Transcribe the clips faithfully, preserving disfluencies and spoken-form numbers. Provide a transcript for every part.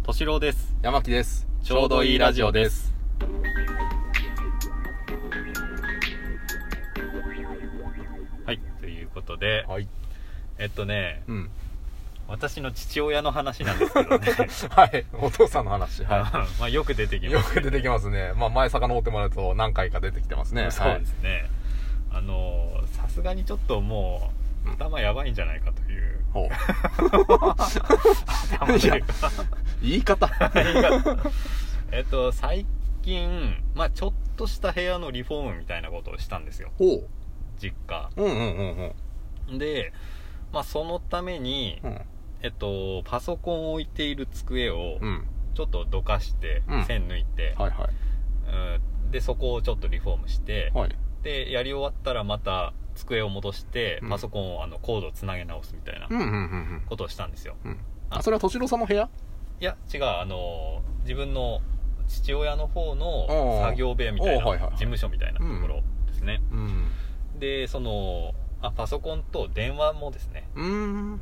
敏郎です。 山木です。 ちょうどいいラジオです。はい、ということで、 はい、 えっとね、 うん、 私の父親の話なんですけどねはい、お父さんの話、はいまあよく出てきます、 ね、よく出てきますね。まあ前遡ってもらうと何回か出てきてますね。 そうですね、はい、あのさすがにちょっともう頭やばいんじゃないかという、 うん、 頭というか言い方言い方えっと最近、まあちょっとした部屋のリフォームみたいなことをしたんですよ。 ほう、 実家、 うんうんうんうん、で、まあそのために、うん、えっとパソコンを置いている机をちょっとどかして、うん、線抜いて、 はいはい、 うん、でそこをちょっとリフォームして、はい、でやり終わったらまた机を戻して、うん、パソコンをあのコードをつなげ直すみたいなことをしたんですよ。 うんうんうんうん、あ、それは敏郎さんの部屋？ いや違う、あの自分の父親の方の作業部屋みたいな、事務所みたいなところですね。うん、でそのあパソコンと電話もですね、うん、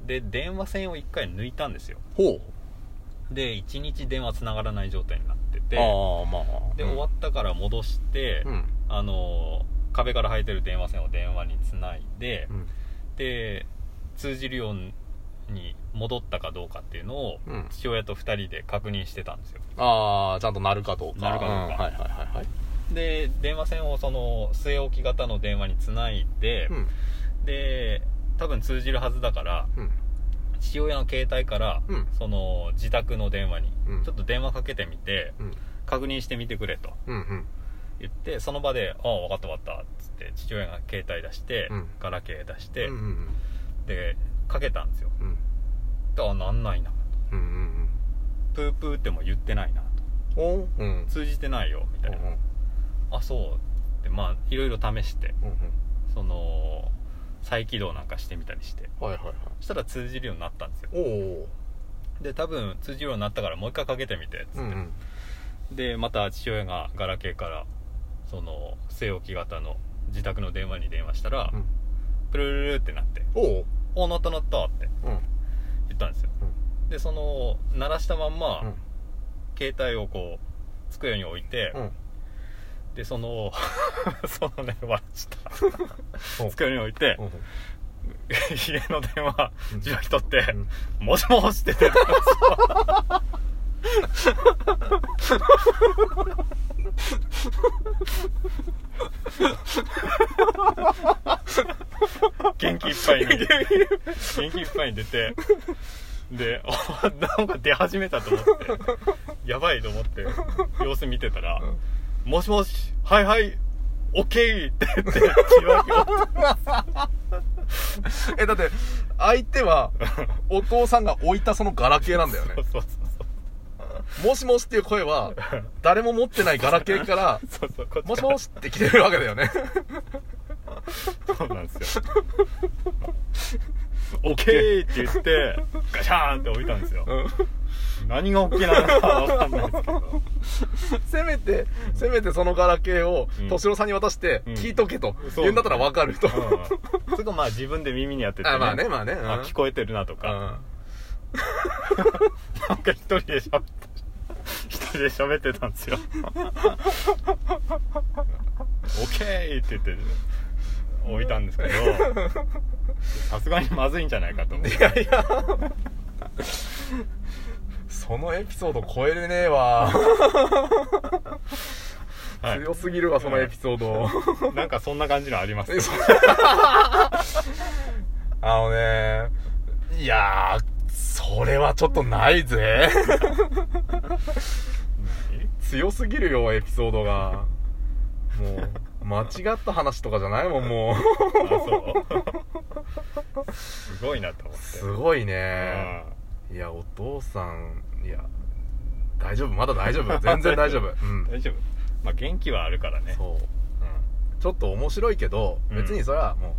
で電話線を一回抜いたんですよ。ほうでいちにち電話つながらない状態になってて、あ、まあ、で、うん、終わったから戻して、うん、あの壁から生えてる電話線を電話につないで、うん、で通じるように戻ったかどうかっていうのを父親とふたりで確認してたんですよ。 ああ、ちゃんと鳴るかどうか。 鳴るかどうか、うん、はいはいはいはい。で電話線をその据え置き型の電話につないで、うん、で多分通じるはずだから、うん、父親の携帯から、うん、その自宅の電話にちょっと電話かけてみて、うん、確認してみてくれと、うんうん、言ってその場で「ああ分かった分かった」っつって父親が携帯出して、うん、ガラケー出して、うんうんうん、でかけたんですよ。うん、だからなんないなと、うんうんうん、プープーっても言ってないなと、うん、通じてないよみたいな、うんうん、あそうってまあいろいろ試して、うんうん、その再起動なんかしてみたりして、はいはいはい、そしたら通じるようになったんですよ。おで多分通じるようになったからもう一回かけてみてっつって、うんうん、でまた父親がガラケーからその据え置き型の自宅の電話に電話したら、うん、プルルルってなって、おお鳴った鳴ったって言ったんですよ。うん、でその鳴らしたまんま、うん、携帯をこう机に置いて、うん、でそのそのね笑っちゃった机に置いて、うん、家の電話受話器取って、うん、もしもしって出たんですよ元気いっぱいに元気いっぱいに出て、でなんか出始めたと思ってやばいと思って様子見てたら、うん、もしもしはいはいオッケーって言って受話器をえだって相手はお父さんが置いたそのガラケーなんだよね。そうそうそうそう、もしもしっていう声は誰も持ってないガラケーからそうそうこっちからもしもしって来てるわけだよね。 そうなんですよ。オッケーって言ってガシャーンって置いたんですよ。うん、何がオッケーなのかわかんないですけどせめてせめてそのガラケーを敏郎さんに渡して聞いとけと言うんだったらわかると、うんうん、それがまあ自分で耳にやってて、ね、 あまあねまあね、うん、 あ聞こえてるなとか、うん、なんか一人で喋って一人で喋ってたんですよ。オッケーって言って置いたんですけど、さすがにまずいんじゃないかと思って。いやいやそのエピソード超えれねえわ、はい、強すぎるわそのエピソード。 なんかそんな感じのありますあのね、いやーそれはちょっとないぜ強すぎるよエピソードが。もう間違った話とかじゃないもんもう。あそうすごいなと思って。 すごいね。いやお父さんいや大丈夫まだ大丈夫全然大丈夫、 うん、大丈夫、まあ元気はあるからね。そう、うん、 ちょっと面白いけど、うん、別にそれはも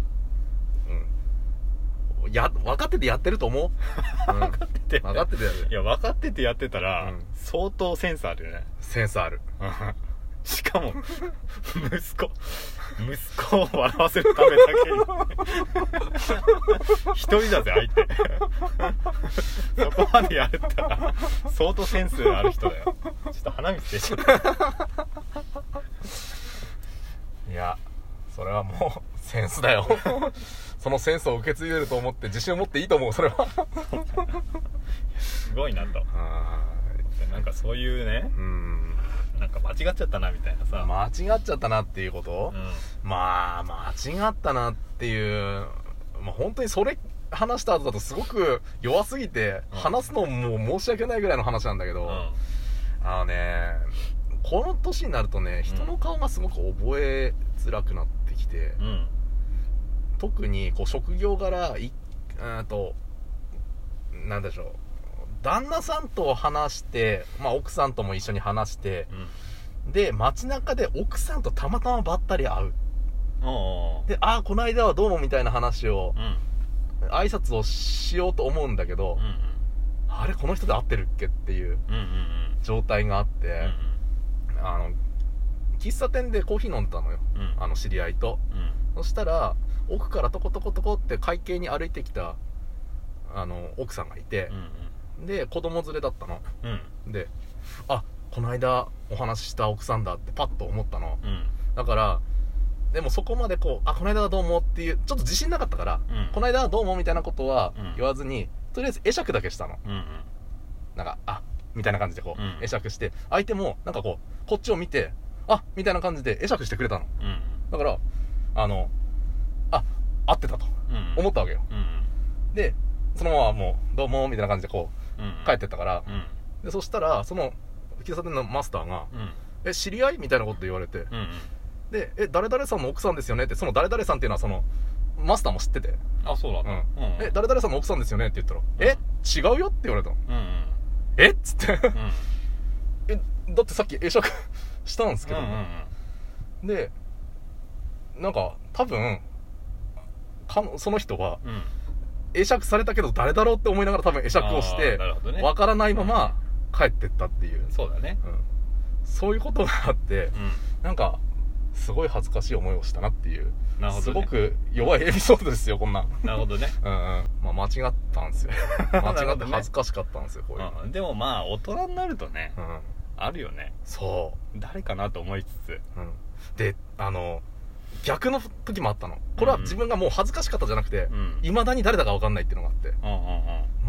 う、うん、や分かっててやってると思う、 うん、分かってて分かっててやる。 いや分かっててやってたら、うん、相当センスあるよね。 センスあるしかも息子息子を笑わせるためだけに一人だぜ相手そこまでやるったら相当センスある人だよ。ちょっと鼻水出ちゃったいやそれはもうセンスだよそのセンスを受け継いでると思って自信を持っていいと思う。それはすごいなと。なんかそういうね、うん、なんか間違っちゃったなみたいなさ、 間違っちゃったなっていうこと、うん、まあ間違ったなっていう、まあ、本当にそれ話した後だとすごく弱すぎて、うん、話すのも申し訳ないぐらいの話なんだけど、うん、あのねこの年になるとね人の顔がすごく覚えづらくなってきて、うん、特にこう職業柄いうんとなんでしょう、旦那さんと話して、まあ、奥さんとも一緒に話して、うん、で街中で奥さんとたまたまばったり会う。おうで、ああこの間はどうもみたいな話を、うん、挨拶をしようと思うんだけど、うんうん、あれこの人で会ってるっけっていう状態があって、うんうんうん、あの喫茶店でコーヒー飲んだのよ、うん、あの知り合いと、うん、そしたら奥からトコトコトコって会計に歩いてきたあの奥さんがいて、うんうん、で子供連れだったの、うん、であこの間お話しした奥さんだってパッと思ったの、うん、だからでもそこまでこうあこの間はどうもっていうちょっと自信なかったから、うん、この間はどうもみたいなことは言わずに、うん、とりあえず会釈だけしたの、うんうん、なんかあみたいな感じでこう、うん、会釈して相手もなんかこうこっちを見てあみたいな感じで会釈してくれたの、うん、だからあのあ合ってたと思ったわけよ、うんうん、でそのままもうどうもみたいな感じでこう、うん、帰ってったから、うん、でそしたらその喫茶店のマスターが、うん、え知り合いみたいなこと言われて、うんうん、でえ誰々さんの奥さんですよねって、その誰々さんっていうのはそのマスターも知ってて、 あそうだね、うんうん、 え誰々さんの奥さんですよねって言ったら、うん、え違うよって言われたの、うんうん、えっつって、うん、えだってさっき会釈したんですけど、うんうんうん、でなんか多分かその人は、うん会釈されたけど誰だろうって思いながら多分会釈をしてわ、ね、からないまま帰ってったっていう、 うん、そうだね、うん、 そういうことがあって、うん、なんかすごい恥ずかしい思いをしたなっていう、なるほど、ね、すごく弱いエピソードですよこんな。 なるほどね、 うんうん、まあ間違ったんですよ間違って恥ずかしかったんですよこういう、 うん、でもまあ大人になるとね、うん、あるよね、 そう誰かなと思いつつ、 うん、であの逆の時もあったの。これは自分がもう恥ずかしかったじゃなくて、いま、うん、だに誰だか分かんないっていうのがあって、うんうんうん、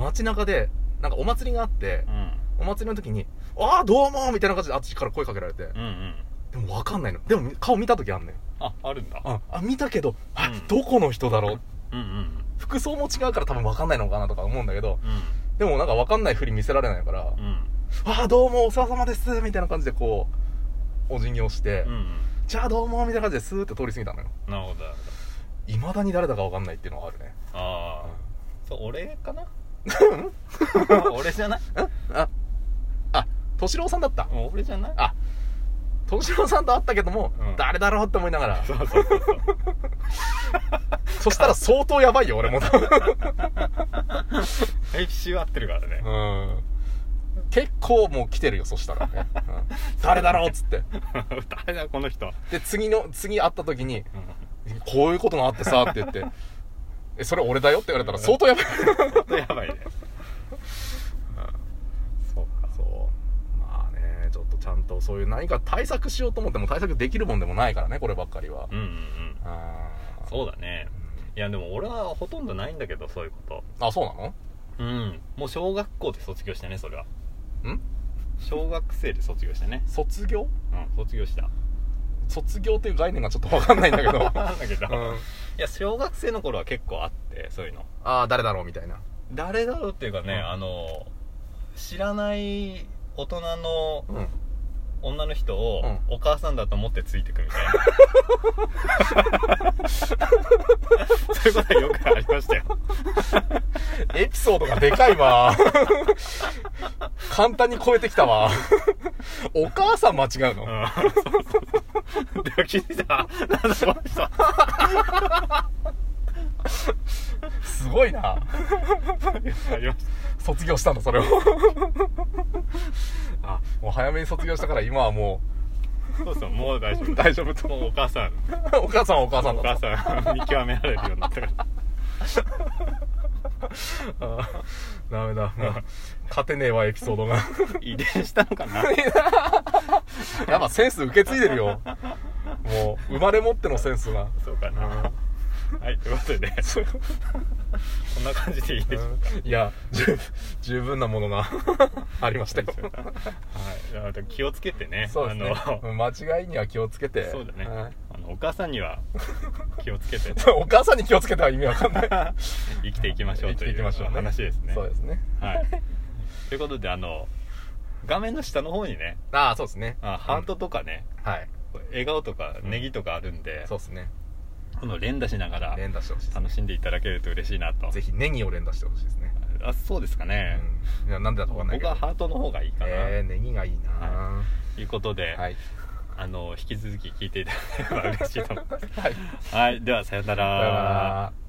街中でなんかお祭りがあって、うん、お祭りの時にああどうもみたいな感じであっちから声かけられて、うんうん、でも分かんないの。でも顔見た時あんねん。 ああるんだ。 ああ見たけど、あ、うん、どこの人だろう、うんうん、服装も違うから多分分かんないのかなとか思うんだけど、うん、でもなんか分かんないふり見せられないから、うん、ああどうもお世話様ですみたいな感じでこうお辞儀をして、うんうん、じゃあどうもみたいな感じでスーって通り過ぎたのよ。 なるほど。 いまだに誰だか分かんないっていうのがあるね。 ああ、うん、そう俺かな俺じゃないああ敏郎さんだった。 俺じゃない。 あ敏郎さんと会ったけども、うん、誰だろうって思いながらそうそうそうそうそしたら相当やばいよ俺もエピシー合ってるからね。 うん結構もう来てるよそしたら、ねうん、誰だろうっつって誰だこの人で次の次会った時に、うん、こういうことがあってさって言ってえそれ俺だよって言われたら相当やばい相当やばいね、うん、 そうかそうまあねちょっとちゃんとそういう何か対策しようと思っても対策できるもんでもないからねこればっかりは。うんうんうん、 あそうだね、うん、いやでも俺はほとんどないんだけどそういうこと。 あそうなの。 うんもう小学校で卒業したねそれは。 ん小学生で卒業したね。 卒業？ うん卒業した。 卒業っていう概念がちょっと分かんないんだけど分かんないけど、うん、いや小学生の頃は結構あってそういうの。 ああ誰だろうみたいな。 誰だろうっていうかね、うん、あの知らない大人の女の人をお母さんだと思ってついてくみたいな、うん、そういうことはよくありましたよエピソードがでかいわ簡単に超えてきたわお母さん間違うの、うん、そうそうそうでも気づいたなんだこの人すごいな卒業したんだそれをあもう早めに卒業したから今はもうそうそう、もう大丈夫大丈夫と。 もうお母さんお母さんはお母さんだお母さん見極められるようになったからあダメだ、もう勝てねえわエピソードが遺伝したのかなやっぱセンス受け継いでるよ、もう生まれ持ってのセンスが。 そうかな、うん、はいということでこんな感じでいいでしょうか。 いや十分なものがありましたよはい、気をつけてね。 そうですね、あの間違いには気をつけて。 そうだね、はい、あのお母さんには気をつけてお母さんに気をつけては意味わかんない生きていきましょうという話ですね。 そうですね、 はい、ということであの画面の下の方にね、 ああそうですね、 あハートとかね、 うん、はい、 笑顔とかネギとかあるんで、 うん、そうですね、 この連打しながら連打してほしいですね、 楽しんでいただけると嬉しいなと。 ぜひネギを連打してほしいですね。 あ、そうですかね、 うん、いやなんでだと分かんないけど僕はハートの方がいいかな。 えー、ネギがいいな、 はい、ということで、 はい、 あの引き続き聞いていただければ嬉しいと思いますはい、 はい、ではさよなら。 さよなら。